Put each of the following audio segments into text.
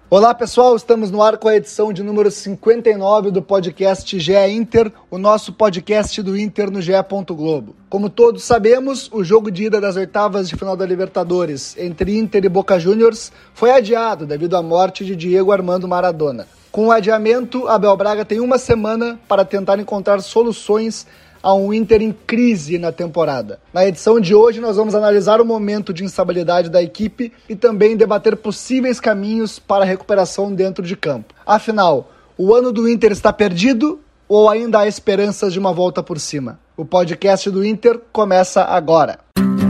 Olá pessoal, estamos no ar com a edição de número 59 do podcast GE Inter, o nosso podcast do Inter no GE. Globo. Como todos sabemos, o jogo de ida das oitavas de final da Libertadores entre Inter e Boca Juniors foi adiado devido à morte de Diego Armando Maradona. Com o adiamento, Abel Braga tem uma semana para tentar encontrar soluções a um Inter em crise na temporada. Na edição de hoje, nós vamos analisar o momento de instabilidade da equipe e também debater possíveis caminhos para a recuperação dentro de campo. Afinal, o ano do Inter está perdido ou ainda há esperanças de uma volta por cima? O podcast do Inter começa agora.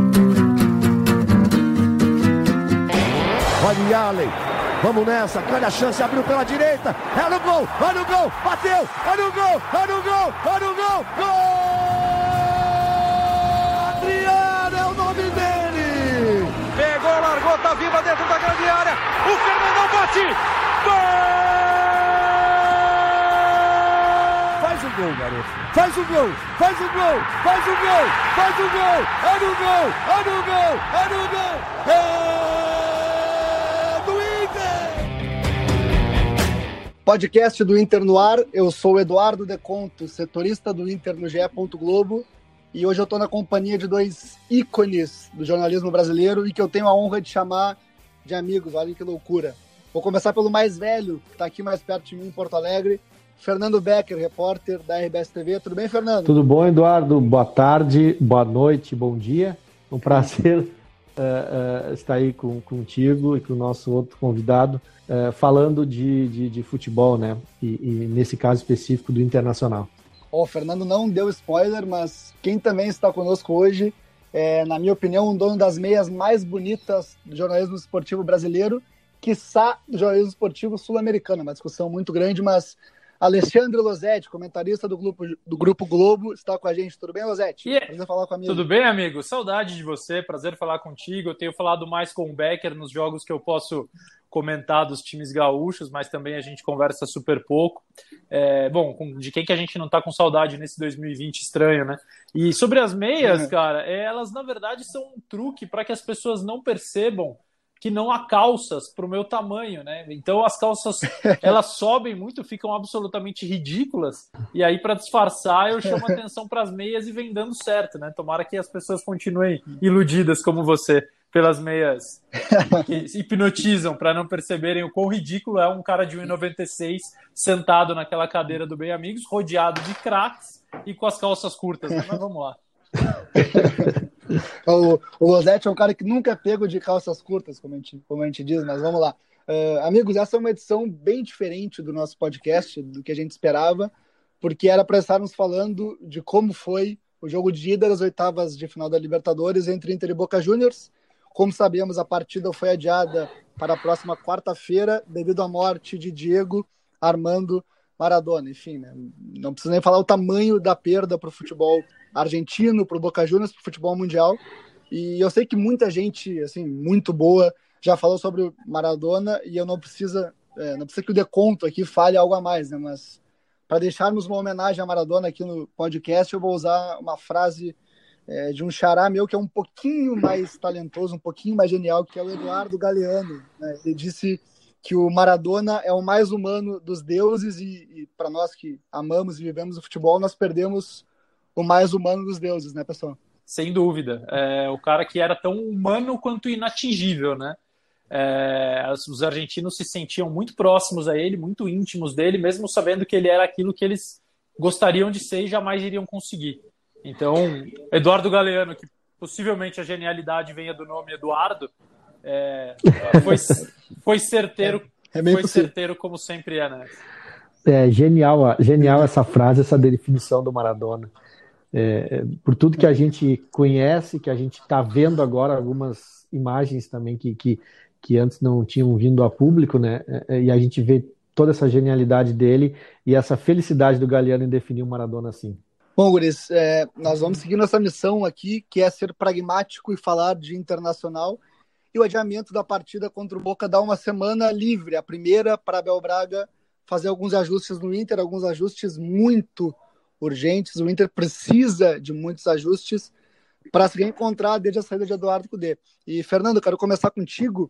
Olha o Allen, vamos nessa, olha a chance, abriu pela direita, é no gol, olha o gol, bateu, olha o gol, olha o gol, olha o gol, gol! Adriano é o nome dele! Pegou, largou, tá viva dentro da grande área, o Fernandão bate, gol! Faz o gol, garoto, faz o gol, faz o gol, faz o gol, faz o gol, olha o gol, olha o gol, olha o gol, Podcast do Inter no ar, eu sou o Eduardo Deconto, setorista do Inter no GE. Globo, e hoje eu estou na companhia de dois ícones do jornalismo brasileiro e que eu tenho a honra de chamar de amigos, olha que loucura. Vou começar pelo mais velho, que está aqui mais perto de mim em Porto Alegre, Fernando Becker, repórter da RBS TV. Tudo bem, Fernando? Tudo bom, Eduardo? Boa tarde, boa noite, bom dia. Um prazer estar aí contigo e com o nosso outro convidado, falando de futebol, né? E nesse caso específico do Internacional. O Fernando não deu spoiler, mas quem também está conosco hoje é, na minha opinião, um dono das meias mais bonitas do jornalismo esportivo brasileiro, quiçá do jornalismo esportivo sul-americano. Uma discussão muito grande, mas Alexandre Losetti, comentarista do Grupo Globo, está com a gente. Tudo bem, Losetti? Prazer falar com a amigo. Tudo bem, amigo? Saudade de você, prazer falar contigo. Eu tenho falado mais com o Becker nos jogos que eu posso comentar dos times gaúchos, mas também a gente conversa super pouco. De quem que a gente não tá com saudade nesse 2020 estranho, né? E sobre as meias, cara, elas na verdade são um truque para que as pessoas não percebam que não há calças para o meu tamanho, né? Então as calças, elas sobem muito, ficam absolutamente ridículas, e aí para disfarçar eu chamo atenção para as meias e vem dando certo, né? Tomara que as pessoas continuem iludidas como você pelas meias que hipnotizam para não perceberem o quão ridículo é um cara de 1,96 sentado naquela cadeira do Bem Amigos, rodeado de craques e com as calças curtas, né? Mas vamos lá. O Losetti é um cara que nunca é pego de calças curtas, como a gente diz, mas vamos lá. Amigos, essa é uma edição bem diferente do nosso podcast, do que a gente esperava, porque era para estarmos falando de como foi o jogo de ida das oitavas de final da Libertadores entre Inter e Boca Juniors. Como sabemos, a partida foi adiada para a próxima quarta-feira devido à morte de Diego Armando Maradona. Enfim, né? Não preciso nem falar o tamanho da perda para o futebol argentino, para o Boca Juniors, para o futebol mundial. E eu sei que muita gente, assim, muito boa, já falou sobre o Maradona e eu não precisa que o Deconto aqui fale algo a mais, né? Mas para deixarmos uma homenagem a Maradona aqui no podcast, eu vou usar uma frase de um xará meu que é um pouquinho mais talentoso, um pouquinho mais genial, que é o Eduardo Galeano, né? Ele disse que o Maradona é o mais humano dos deuses e para nós que amamos e vivemos o futebol, nós perdemos o mais humano dos deuses, né, pessoal? Sem dúvida. O cara que era tão humano quanto inatingível, né? Os argentinos se sentiam muito próximos a ele, muito íntimos dele, mesmo sabendo que ele era aquilo que eles gostariam de ser e jamais iriam conseguir. Então, Eduardo Galeano, que possivelmente a genialidade venha do nome Eduardo, foi certeiro, certeiro como sempre é, né? Genial essa frase, essa definição do Maradona. Por tudo que a gente conhece, que a gente está vendo agora, algumas imagens também que antes não tinham vindo a público, né? E a gente vê toda essa genialidade dele e essa felicidade do Galeano em definir o Maradona assim. Bom, guris, nós vamos seguir nossa missão aqui, que é ser pragmático e falar de Internacional. E o adiamento da partida contra o Boca dá uma semana livre, a primeira para Abel Braga fazer alguns ajustes no Inter, alguns ajustes muito urgentes. O Inter precisa de muitos ajustes para se reencontrar desde a saída de Eduardo Cudê. E, Fernando, quero começar contigo.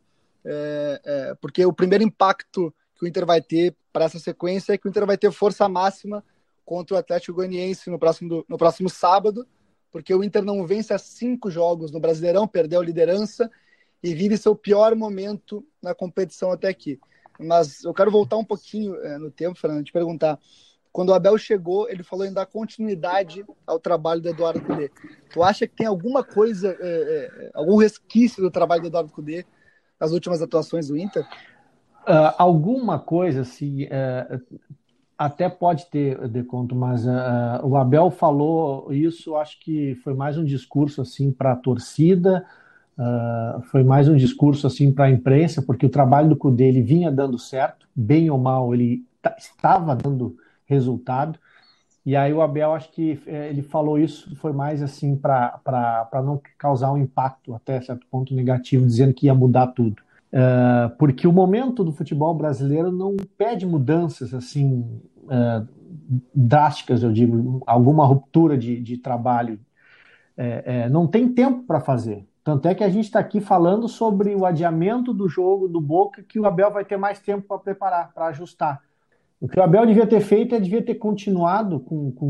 porque o primeiro impacto que o Inter vai ter para essa sequência é que o Inter vai ter força máxima contra o Atlético Goianiense no próximo sábado, porque o Inter não vence há 5 jogos no Brasileirão, perdeu a liderança e vive seu pior momento na competição até aqui. Mas eu quero voltar um pouquinho no tempo, Fernando, te perguntar. Quando o Abel chegou, ele falou em dar continuidade ao trabalho do Eduardo Cudê. Tu acha que tem alguma coisa, algum resquício do trabalho do Eduardo Cudê nas últimas atuações do Inter? Alguma coisa, assim, até pode ter, de conto, mas o Abel falou isso, acho que foi mais um discurso assim para a torcida, foi mais um discurso assim para a imprensa, porque o trabalho do Cudê ele vinha dando certo, bem ou mal, ele estava dando resultado, e aí o Abel, acho que ele falou isso, foi mais assim para não causar um impacto até certo ponto negativo, dizendo que ia mudar tudo. Porque o momento do futebol brasileiro não pede mudanças assim drásticas, eu digo, alguma ruptura de trabalho. Não tem tempo para fazer. Tanto é que a gente está aqui falando sobre o adiamento do jogo do Boca, que o Abel vai ter mais tempo para preparar, para ajustar. O que o Abel devia ter feito devia ter continuado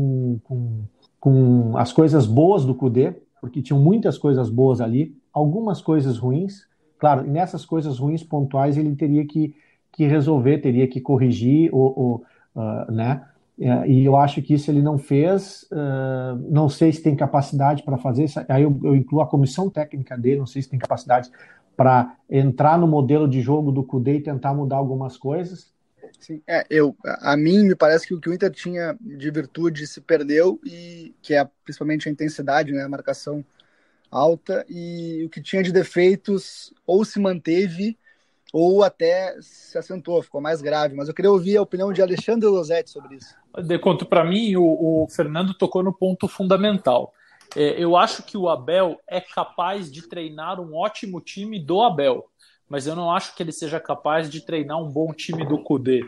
com as coisas boas do Cudê, porque tinham muitas coisas boas ali, algumas coisas ruins. Claro, nessas coisas ruins pontuais ele teria que resolver, teria que corrigir, né? E eu acho que isso ele não fez, não sei se tem capacidade para fazer, aí eu incluo a comissão técnica dele, não sei se tem capacidade para entrar no modelo de jogo do Cudê e tentar mudar algumas coisas. Sim, a mim me parece que o que o Inter tinha de virtude se perdeu, e que é principalmente a intensidade, né, a marcação alta, e o que tinha de defeitos ou se manteve ou até se acentuou, ficou mais grave. Mas eu queria ouvir a opinião de Alexandre Losetti sobre isso. De conto, para mim, o Fernando tocou no ponto fundamental. Eu acho que o Abel é capaz de treinar um ótimo time do Abel, mas eu não acho que ele seja capaz de treinar um bom time do Cudê.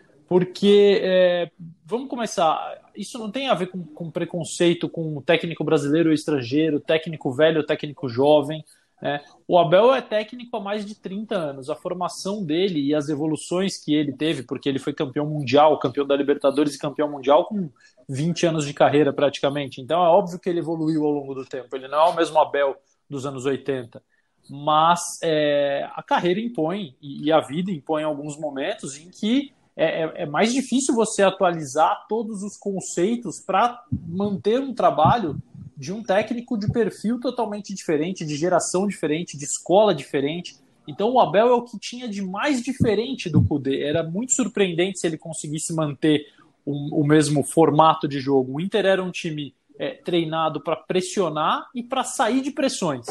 Porque, vamos começar, isso não tem a ver com preconceito com o técnico brasileiro ou estrangeiro, técnico velho ou técnico jovem. O Abel é técnico há mais de 30 anos. A formação dele e as evoluções que ele teve, porque ele foi campeão mundial, campeão da Libertadores e campeão mundial com 20 anos de carreira praticamente. Então é óbvio que ele evoluiu ao longo do tempo. Ele não é o mesmo Abel dos anos 80. Mas a carreira impõe e a vida impõe alguns momentos em que é mais difícil você atualizar todos os conceitos para manter um trabalho de um técnico de perfil totalmente diferente, de geração diferente, de escola diferente. Então o Abel é o que tinha de mais diferente do Cudê. Era muito surpreendente se ele conseguisse manter o mesmo formato de jogo. O Inter era um time treinado para pressionar e para sair de pressões.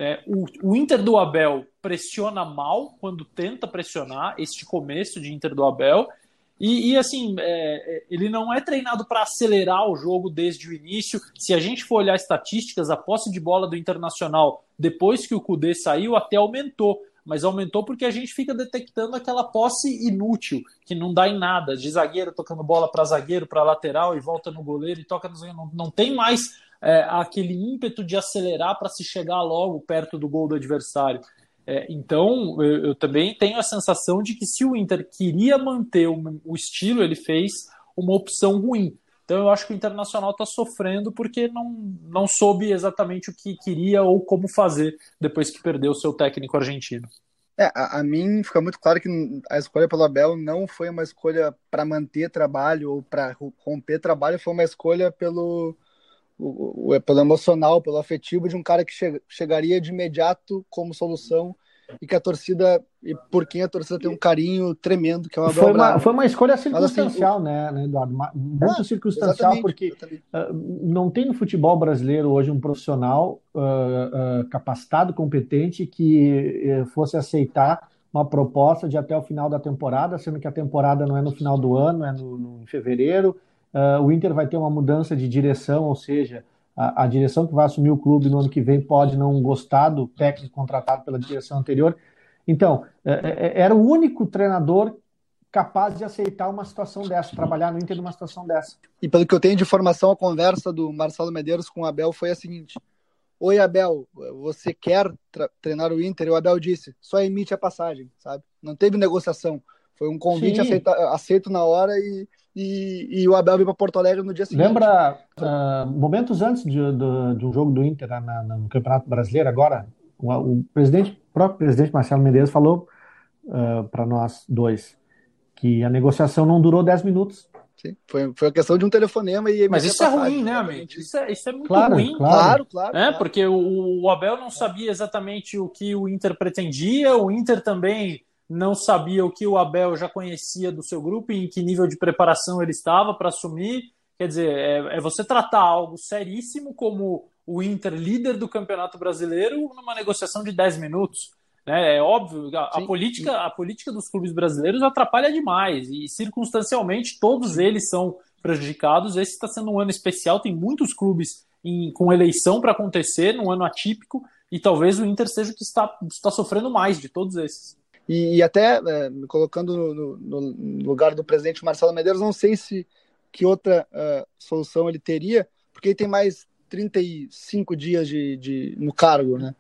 O Inter do Abel pressiona mal quando tenta pressionar, este começo de Inter do Abel, e assim, ele não é treinado para acelerar o jogo desde o início. Se a gente for olhar estatísticas, a posse de bola do Internacional, depois que o Cudê saiu, até aumentou, mas aumentou porque a gente fica detectando aquela posse inútil, que não dá em nada, de zagueiro tocando bola para zagueiro, para lateral, e volta no goleiro e toca no zagueiro, não tem mais aquele ímpeto de acelerar para se chegar logo perto do gol do adversário. Então, eu também tenho a sensação de que se o Inter queria manter o estilo, ele fez uma opção ruim. Então, eu acho que o Internacional está sofrendo porque não soube exatamente o que queria ou como fazer depois que perdeu o seu técnico argentino. A mim fica muito claro que a escolha pelo Abel não foi uma escolha para manter trabalho ou para romper trabalho, foi uma escolha pelo emocional, pelo afetivo de um cara que chegaria de imediato como solução, e que a torcida, e por quem a torcida tem um carinho tremendo, que é o Abel Braga. Foi uma escolha circunstancial, assim, né, Eduardo? Muito circunstancial, exatamente, porque não tem no futebol brasileiro hoje um profissional capacitado, competente, que fosse aceitar uma proposta de até o final da temporada, sendo que a temporada não é no final do ano, é em fevereiro. O Inter vai ter uma mudança de direção, ou seja, a direção que vai assumir o clube no ano que vem pode não gostar do técnico contratado pela direção anterior. Então, era o único treinador capaz de aceitar uma situação dessa, trabalhar no Inter numa situação dessa. E pelo que eu tenho de informação, a conversa do Marcelo Medeiros com o Abel foi a seguinte: oi, Abel, você quer treinar o Inter? E o Abel disse, só emite a passagem, sabe? Não teve negociação. Foi um convite aceito na hora e o Abel veio para Porto Alegre no dia seguinte. Lembra momentos antes de um jogo do Inter no Campeonato Brasileiro, agora, o próprio presidente Marcelo Medeiros falou para nós dois que a negociação não durou 10 minutos. Sim, foi a questão de um telefonema e... Mas isso é ruim, né, amigo? Isso é muito ruim. Claro. Porque o Abel não sabia exatamente o que o Inter pretendia, o Inter também não sabia o que o Abel já conhecia do seu grupo e em que nível de preparação ele estava para assumir. Quer dizer, é você tratar algo seríssimo como o Inter líder do Campeonato Brasileiro numa negociação de 10 minutos. Né? É óbvio, a política dos clubes brasileiros atrapalha demais e circunstancialmente todos eles são prejudicados. Esse está sendo um ano especial, tem muitos clubes com eleição para acontecer, num ano atípico, e talvez o Inter seja o que está sofrendo mais de todos esses. E até, me colocando no lugar do presidente Marcelo Medeiros, não sei que outra solução ele teria, porque ele tem mais 35 dias no cargo, né?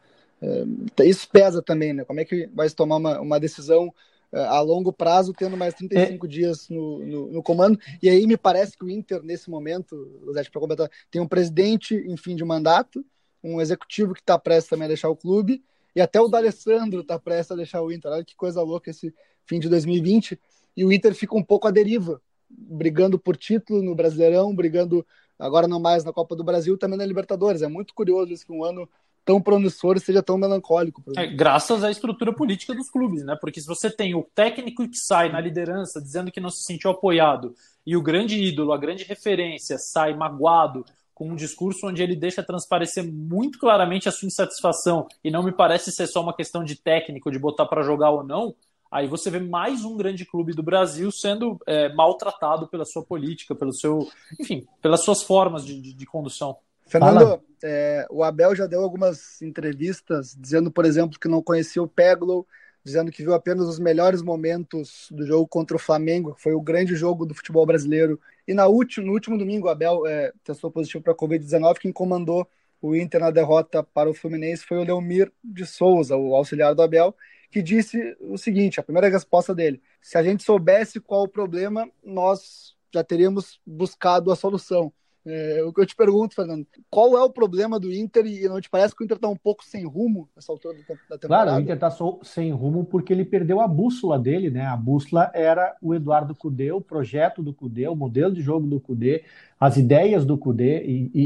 Isso pesa também, né? Como é que vai se tomar uma decisão a longo prazo, tendo mais 35 dias no comando? E aí me parece que o Inter, nesse momento, para completar, tem um presidente em fim de mandato, um executivo que está prestes também a deixar o clube, e até o D'Alessandro está prestes a deixar o Inter. Olha que coisa louca esse fim de 2020. E o Inter fica um pouco à deriva, brigando por título no Brasileirão, brigando agora não mais na Copa do Brasil, também na Libertadores. É muito curioso isso, que um ano tão promissor seja tão melancólico. Graças à estrutura política dos clubes, né? Porque se você tem o técnico que sai na liderança dizendo que não se sentiu apoiado e o grande ídolo, a grande referência, sai magoado com um discurso onde ele deixa transparecer muito claramente a sua insatisfação e não me parece ser só uma questão de técnico, de botar para jogar ou não, aí você vê mais um grande clube do Brasil sendo maltratado pela sua política, pelas suas formas de condução. Fernando, o Abel já deu algumas entrevistas dizendo, por exemplo, que não conhecia o Peglow, dizendo que viu apenas os melhores momentos do jogo contra o Flamengo, que foi o grande jogo do futebol brasileiro. E no último domingo, o Abel testou positivo para a Covid-19. Quem comandou o Inter na derrota para o Fluminense foi o Leomir de Souza, o auxiliar do Abel, que disse o seguinte, a primeira resposta dele: se a gente soubesse qual o problema, nós já teríamos buscado a solução. O que eu te pergunto, Fernando, qual é o problema do Inter? E não te parece que o Inter está um pouco sem rumo nessa altura da temporada? Claro, o Inter está sem rumo porque ele perdeu a bússola dele, né? A bússola era o Eduardo Cudê, o projeto do Cudê, o modelo de jogo do Cudê, as ideias do Cudê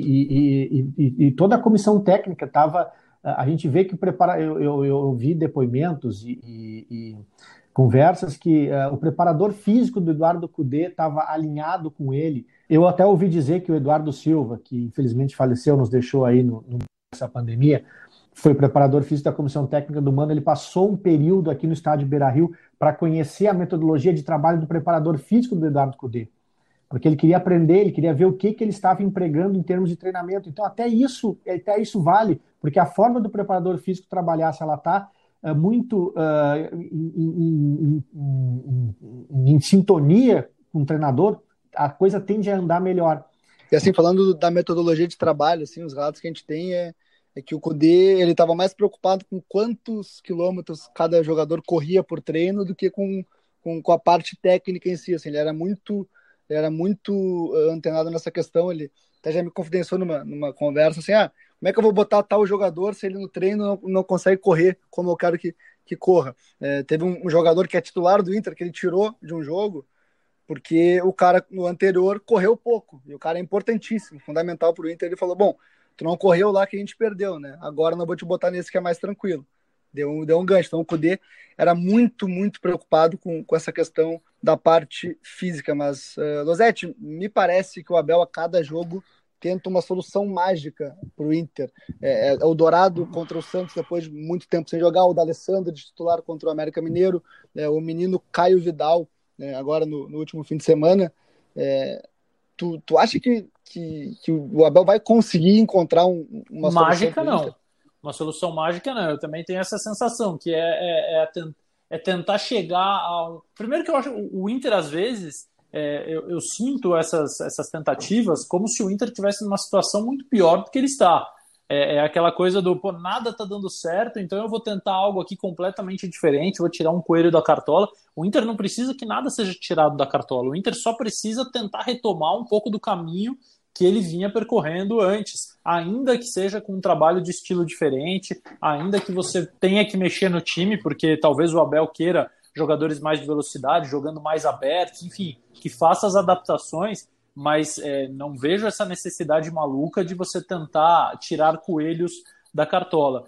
e toda a comissão técnica estava... A gente vê que eu vi depoimentos e conversas que o preparador físico do Eduardo Cudê estava alinhado com ele. Eu até ouvi dizer que o Eduardo Silva, que infelizmente faleceu, nos deixou aí nessa pandemia, foi preparador físico da comissão técnica do Mano. Ele passou um período aqui no estádio Beira-Rio para conhecer a metodologia de trabalho do preparador físico do Eduardo Cudê, porque ele queria aprender, ele queria ver o que ele estava empregando em termos de treinamento. Então até isso vale, porque a forma do preparador físico trabalhar, se ela está muito em sintonia com o treinador, a coisa tende a andar melhor. E assim, falando da metodologia de trabalho, assim, os relatos que a gente tem é que o Cudê, ele estava mais preocupado com quantos quilômetros cada jogador corria por treino do que com a parte técnica em si. Assim, ele era muito antenado nessa questão. Ele até já me confidenciou numa conversa assim, como é que eu vou botar tal jogador se ele no treino não consegue correr como eu quero que corra? Teve um jogador que é titular do Inter, que ele tirou de um jogo, porque o cara no anterior correu pouco, e o cara é importantíssimo, fundamental para o Inter. Ele falou, bom, tu não correu lá que a gente perdeu, né? Agora não vou te botar nesse que é mais tranquilo. Deu um gancho. Então o Cudê era muito, muito preocupado com essa questão da parte física. Mas, Losetti, me parece que o Abel a cada jogo tenta uma solução mágica para o Inter. O Dourado contra o Santos, depois de muito tempo sem jogar, o D'Alessandro de titular contra o América Mineiro, o menino Caio Vidal, agora no último fim de semana. Tu acha que o Abel vai conseguir encontrar uma solução mágica? Não. Uma solução mágica, não. Eu também tenho essa sensação, que é tentar chegar ao... Primeiro que eu acho, o Inter, às vezes, eu sinto essas tentativas como se o Inter estivesse numa situação muito pior do que ele está. é aquela coisa do, pô, nada tá dando certo, então eu vou tentar algo aqui completamente diferente, vou tirar um coelho da cartola. O Inter não precisa que nada seja tirado da cartola, o Inter só precisa tentar retomar um pouco do caminho que ele vinha percorrendo antes, ainda que seja com um trabalho de estilo diferente, ainda que você tenha que mexer no time, porque talvez o Abel queira jogadores mais de velocidade, jogando mais abertos, enfim, que faça as adaptações, mas não vejo essa necessidade maluca de você tentar tirar coelhos da cartola.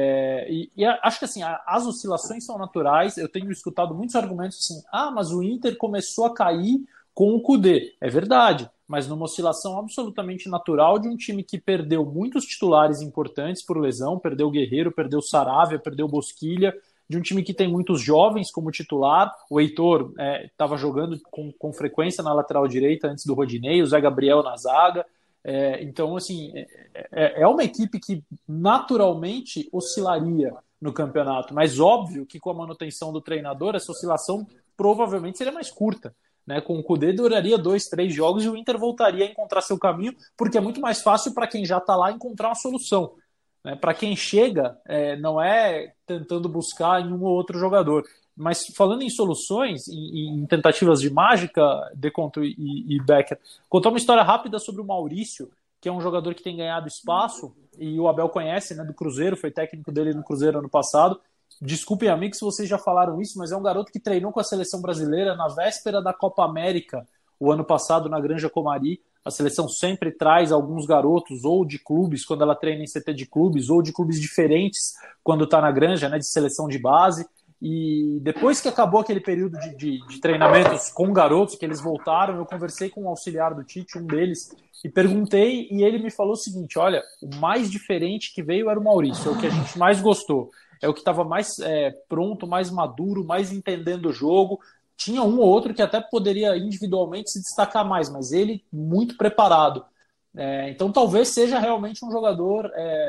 E acho que assim, as oscilações são naturais. Eu tenho escutado muitos argumentos assim, mas o Inter começou a cair com o Kudê. É verdade, mas numa oscilação absolutamente natural de um time que perdeu muitos titulares importantes por lesão, perdeu o Guerreiro, perdeu o Saravia, perdeu o Bosquilha, de um time que tem muitos jovens como titular. O Heitor estava jogando com frequência na lateral direita antes do Rodinei, o Zé Gabriel na zaga. Então, assim, é uma equipe que naturalmente oscilaria no campeonato, mas óbvio que com a manutenção do treinador, essa oscilação provavelmente seria mais curta. Né? Com o Kudê duraria 2, 3 jogos e o Inter voltaria a encontrar seu caminho, porque é muito mais fácil para quem já está lá encontrar uma solução. Né? Para quem chega, não é tentando buscar em um ou outro jogador. Mas falando em soluções, em tentativas de mágica, Deconto e Becker, contar uma história rápida sobre o Maurício, que é um jogador que tem ganhado espaço, e o Abel conhece, né, do Cruzeiro, foi técnico dele no Cruzeiro ano passado. Desculpem, amigos, se vocês já falaram isso, mas é um garoto que treinou com a seleção brasileira na véspera da Copa América, o ano passado, na Granja Comari. A seleção sempre traz alguns garotos, ou de clubes, quando ela treina em CT de clubes, ou de clubes diferentes, quando está na Granja, né, de seleção de base. E depois que acabou aquele período de treinamentos com garotos, que eles voltaram, eu conversei com um auxiliar do Tite, um deles, e perguntei, e ele me falou o seguinte: olha, o mais diferente que veio era o Maurício, é o que a gente mais gostou. É o que estava mais pronto, mais maduro, mais entendendo o jogo. Tinha um ou outro que até poderia individualmente se destacar mais, mas ele muito preparado. Então talvez seja realmente um jogador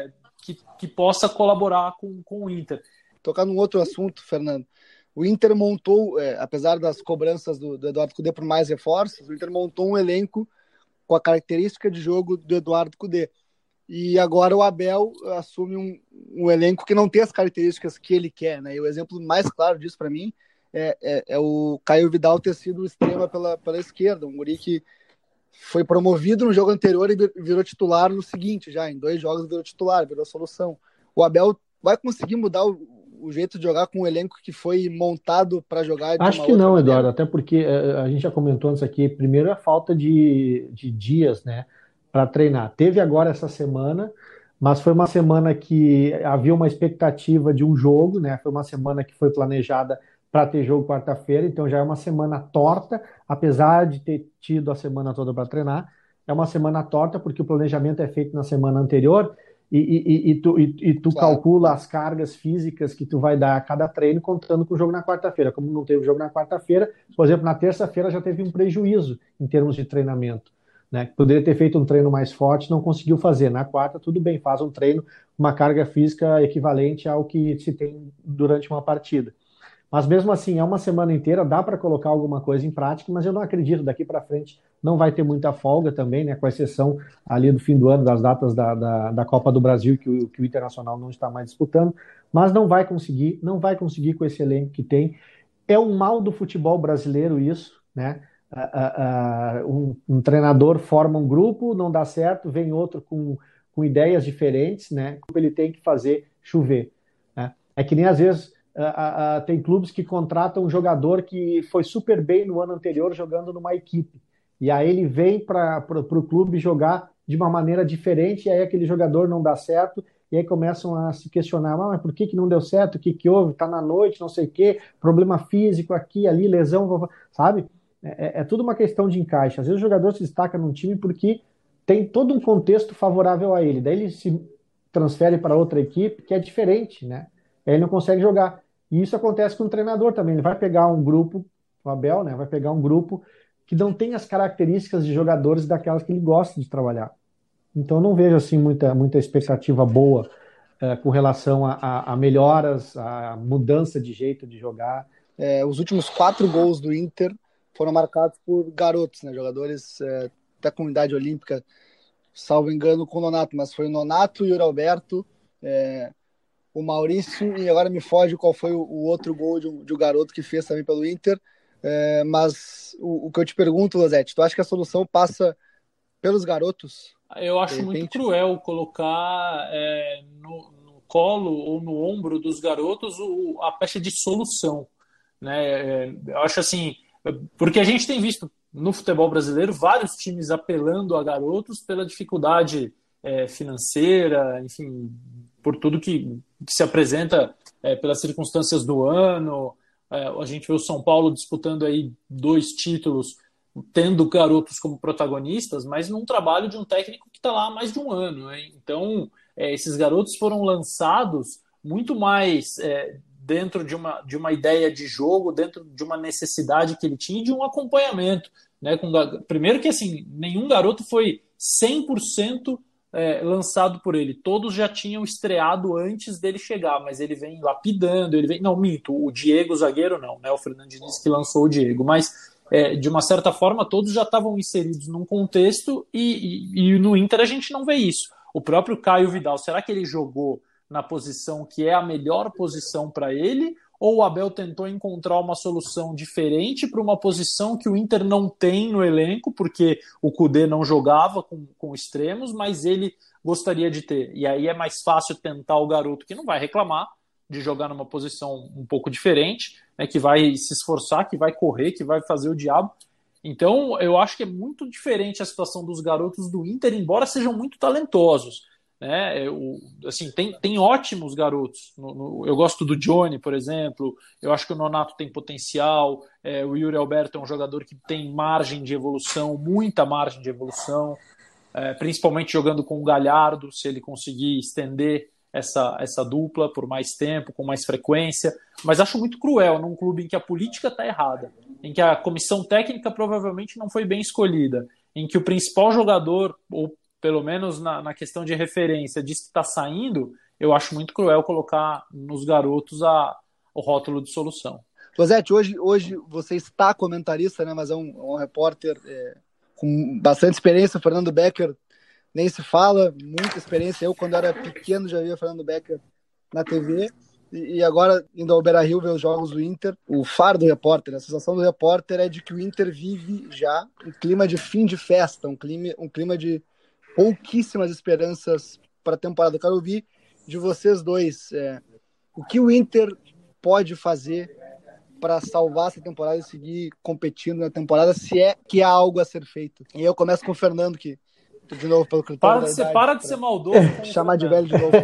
que possa colaborar com o Inter. Tocar num outro assunto, Fernando. O Inter montou, apesar das cobranças do Eduardo Cudê por mais reforços, o Inter montou um elenco com a característica de jogo do Eduardo Cudê. E agora o Abel assume um elenco que não tem as características que ele quer, né? E o exemplo mais claro disso para mim é o Caio Vidal ter sido extrema pela esquerda, um guri que foi promovido no jogo anterior e virou titular no seguinte, já em 2 jogos virou titular, virou solução. O Abel vai conseguir mudar o jeito de jogar com um elenco que foi montado para jogar de Acho uma que outra não, maneira? Eduardo, até porque a gente já comentou antes aqui, primeiro a falta de dias, né, para treinar. Teve agora essa semana, mas foi uma semana que havia uma expectativa de um jogo, né, foi uma semana que foi planejada para ter jogo quarta-feira, então já é uma semana torta, apesar de ter tido a semana toda para treinar, é uma semana torta porque o planejamento é feito na semana anterior e tu Claro. calcula as cargas físicas que tu vai dar a cada treino contando com o jogo na quarta-feira. Como não teve jogo na quarta-feira, por exemplo, na terça-feira já teve um prejuízo em termos de treinamento. Né? Poderia ter feito um treino mais forte, não conseguiu fazer. Na quarta, tudo bem, faz um treino, uma carga física equivalente ao que se tem durante uma partida. Mas mesmo assim, é uma semana inteira, dá para colocar alguma coisa em prática, mas eu não acredito, daqui para frente não vai ter muita folga também, né, com exceção ali do fim do ano, das datas da Copa do Brasil, que o Internacional não está mais disputando, mas não vai conseguir com esse elenco que tem. É um mal do futebol brasileiro isso, né? Um treinador forma um grupo, não dá certo, vem outro com ideias diferentes, né? Ele tem que fazer chover. Né? É que nem às vezes tem clubes que contratam um jogador que foi super bem no ano anterior jogando numa equipe. E aí ele vem para o clube jogar de uma maneira diferente, e aí aquele jogador não dá certo, e aí começam a se questionar, mas por que não deu certo? O que houve? Está na noite, não sei o quê, problema físico aqui, ali, lesão, sabe? É tudo uma questão de encaixe. Às vezes o jogador se destaca num time porque tem todo um contexto favorável a ele, daí ele se transfere para outra equipe que é diferente, né? Aí ele não consegue jogar. E isso acontece com o treinador também. Ele vai pegar um grupo, o Abel, né? Vai pegar um grupo que não tem as características de jogadores daquelas que ele gosta de trabalhar. Então eu não vejo assim muita expectativa boa com relação a melhoras, a mudança de jeito de jogar. Os últimos 4 gols do Inter foram marcados por garotos, né? Jogadores da comunidade olímpica salvo engano, com o Nonato, mas foi o Nonato, o Yuri Alberto, o Maurício, e agora me foge qual foi o outro gol de um garoto que fez também pelo Inter. Mas o que eu te pergunto, Losetti, tu acha que a solução passa pelos garotos? Eu acho muito cruel colocar no colo ou no ombro dos garotos a pecha de solução, né? Eu acho assim, porque a gente tem visto no futebol brasileiro vários times apelando a garotos pela dificuldade financeira, enfim, por tudo que se apresenta pelas circunstâncias do ano. A gente vê o São Paulo disputando aí 2 títulos, tendo garotos como protagonistas, mas num trabalho de um técnico que está lá há mais de um ano, né? Então, esses garotos foram lançados muito mais dentro de uma ideia de jogo, dentro de uma necessidade que ele tinha e de um acompanhamento, né? Primeiro que, assim, nenhum garoto foi 100% lançado por ele. Todos já tinham estreado antes dele chegar, mas ele vem lapidando, Não, minto, o Diego, o zagueiro, não, né? O Fernando Diniz que lançou o Diego, mas de uma certa forma todos já estavam inseridos num contexto e no Inter a gente não vê isso. O próprio Caio Vidal, será que ele jogou na posição que é a melhor posição para ele, ou o Abel tentou encontrar uma solução diferente para uma posição que o Inter não tem no elenco, porque o Kudê não jogava com extremos, mas ele gostaria de ter. E aí é mais fácil tentar o garoto que não vai reclamar de jogar numa posição um pouco diferente, né, que vai se esforçar, que vai correr, que vai fazer o diabo. Então, eu acho que é muito diferente a situação dos garotos do Inter, embora sejam muito talentosos, né? Assim, tem ótimos garotos. Eu gosto do Johnny, por exemplo. Eu acho que o Nonato tem potencial. O Yuri Alberto é um jogador que tem margem de evolução, muita margem de evolução, principalmente jogando com o Galhardo, se ele conseguir estender essa dupla por mais tempo, com mais frequência. Mas acho muito cruel num clube em que a política está errada, em que a comissão técnica provavelmente não foi bem escolhida, em que o principal jogador, ou pelo menos na questão de referência, diz que está saindo. Eu acho muito cruel colocar nos garotos o rótulo de solução. Rosete, hoje você está comentarista, né, mas é um repórter com bastante experiência. O Fernando Becker nem se fala, muita experiência. Eu, quando era pequeno, já via Fernando Becker na TV. E agora, indo ao Beira-Rio ver os jogos do Inter, o faro do repórter, a sensação do repórter é de que o Inter vive já um clima de fim de festa, um clima de pouquíssimas esperanças para a temporada. Eu quero ouvir de vocês dois o que o Inter pode fazer para salvar essa temporada e seguir competindo na temporada, se é que há algo a ser feito. E eu começo com o Fernando, que de novo pelo critério da idade, para de ser maldoso. Chamar de velho de novo.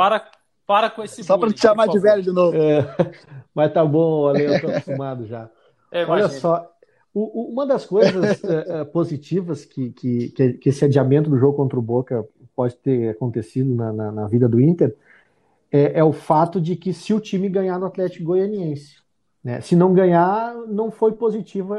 Para com esse só para te chamar de velho de novo. Mas tá bom, Ale, eu estou acostumado já. Olha só, uma das coisas positivas que esse adiamento do jogo contra o Boca pode ter acontecido na vida do Inter é o fato de que se o time ganhar no Atlético Goianiense, né? Se não ganhar, não foi positivo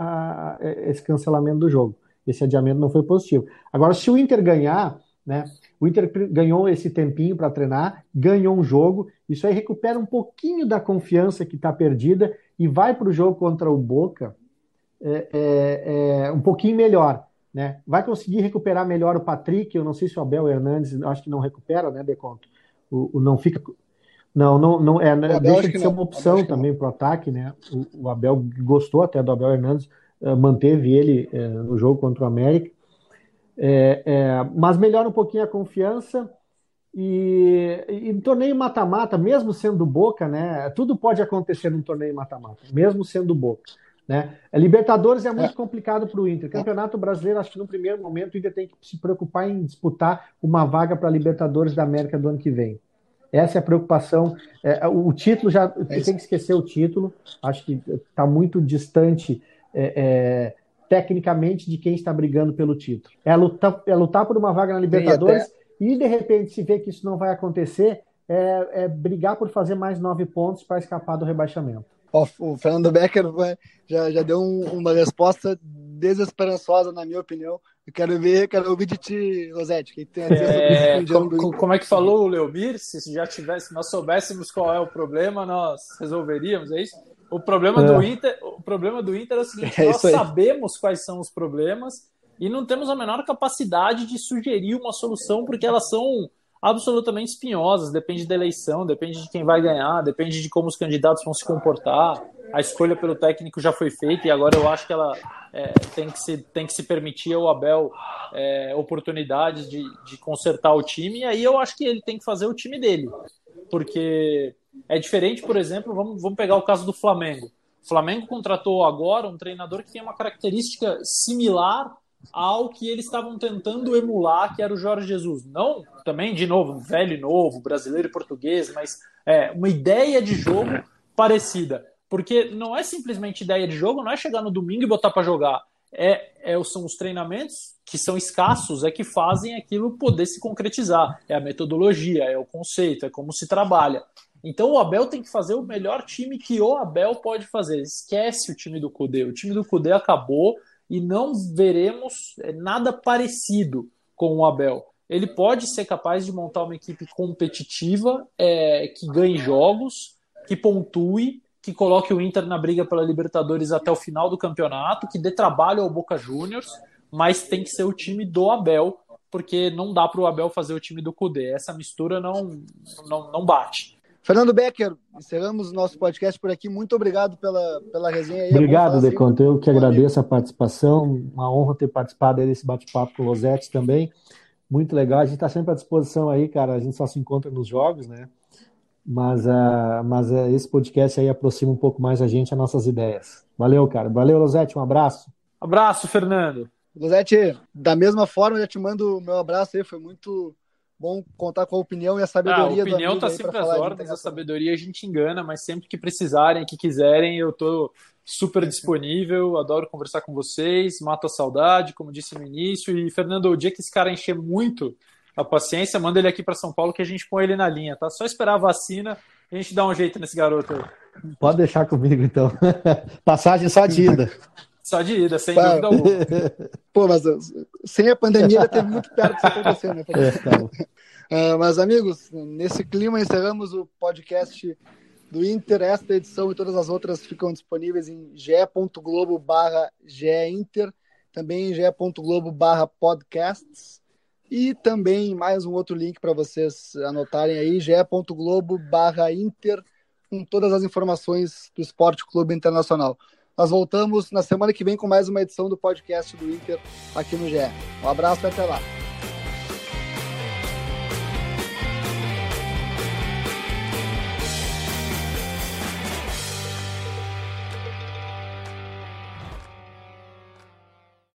esse cancelamento do jogo. Esse adiamento não foi positivo. Agora, se o Inter ganhar, né? O Inter ganhou esse tempinho para treinar, ganhou um jogo, isso aí recupera um pouquinho da confiança que está perdida e vai para o jogo contra o Boca um pouquinho melhor, né? Vai conseguir recuperar melhor o Patrick. Eu não sei se o Abel Hernandes, acho que não recupera, né, Deconto? Não fica... Não deixa de ser uma opção também para o ataque, né? O Abel gostou até do Abel Hernandes, manteve ele no jogo contra o América. Mas melhora um pouquinho a confiança e em torneio mata-mata, mesmo sendo Boca, né? Tudo pode acontecer num torneio mata-mata, mesmo sendo Boca, né? Libertadores é muito complicado para o Inter. Campeonato Brasileiro, acho que no primeiro momento o Inter tem que se preocupar em disputar uma vaga para a Libertadores da América do ano que vem. Essa é a preocupação. O título tem que esquecer o título. Acho que está muito distante tecnicamente de quem está brigando pelo título. É lutar por uma vaga na Libertadores e de repente se vê que isso não vai acontecer, brigar por fazer mais 9 pontos para escapar do rebaixamento. O Fernando Becker já deu uma resposta desesperançosa, na minha opinião. Eu quero ouvir de ti, Rosete, que tem a dizer sobre isso. Como é que falou o Leomir? Se nós soubéssemos qual é o problema, nós resolveríamos, é isso? O problema do Inter é o seguinte: nós sabemos quais são os problemas, e não temos a menor capacidade de sugerir uma solução, porque elas são absolutamente espinhosas, depende da eleição, depende de quem vai ganhar, depende de como os candidatos vão se comportar. A escolha pelo técnico já foi feita e agora eu acho que ela tem que se permitir ao Abel oportunidades de consertar o time, e aí eu acho que ele tem que fazer o time dele, porque é diferente, por exemplo, vamos pegar o caso do Flamengo. O Flamengo contratou agora um treinador que tem uma característica similar ao que eles estavam tentando emular, que era o Jorge Jesus. Não, também, de novo, velho e novo, brasileiro e português, mas uma ideia de jogo parecida. Porque não é simplesmente ideia de jogo, não é chegar no domingo e botar para jogar. São os treinamentos, que são escassos, que fazem aquilo poder se concretizar. É a metodologia, é o conceito, é como se trabalha. Então o Abel tem que fazer o melhor time que o Abel pode fazer. Esquece o time do Kudê. O time do Kudê acabou e não veremos nada parecido com o Abel. Ele pode ser capaz de montar uma equipe competitiva, que ganhe jogos, que pontue, que coloque o Inter na briga pela Libertadores até o final do campeonato, que dê trabalho ao Boca Juniors, mas tem que ser o time do Abel, porque não dá para o Abel fazer o time do Kudê. Essa mistura não bate. Fernando Becker, encerramos o nosso podcast por aqui. Muito obrigado pela resenha aí. Obrigado, Deconto. Eu que agradeço a participação. Uma honra ter participado desse bate-papo com o Losetti também. Muito legal. A gente está sempre à disposição aí, cara. A gente só se encontra nos jogos, né? Mas esse podcast aí aproxima um pouco mais a gente, as nossas ideias. Valeu, cara. Valeu, Losetti. Um abraço. Abraço, Fernando. Losetti, da mesma forma, eu já te mando o meu abraço aí. Foi muito bom contar com a opinião e a sabedoria do amigo. A opinião está sempre às ordens, a sabedoria a gente engana, mas sempre que precisarem, que quiserem, eu estou super disponível, adoro conversar com vocês, mato a saudade, como disse no início. E, Fernando, o dia que esse cara encher muito a paciência, manda ele aqui para São Paulo que a gente põe ele na linha, tá? Só esperar a vacina e a gente dá um jeito nesse garoto aí. Pode deixar comigo, então. Passagem só de ida. Só de ida, sem dúvida alguma. Pô, mas sem a pandemia já teve muito perto disso acontecer, né? Mas, amigos, nesse clima encerramos o podcast do Inter. Esta edição e todas as outras ficam disponíveis em ge.globo/geinter, também em ge.globo/podcasts e também mais um outro link para vocês anotarem aí, ge.globo/inter, com todas as informações do Esporte Clube Internacional. Nós voltamos na semana que vem com mais uma edição do podcast do Inter aqui no GE. Um abraço e até lá.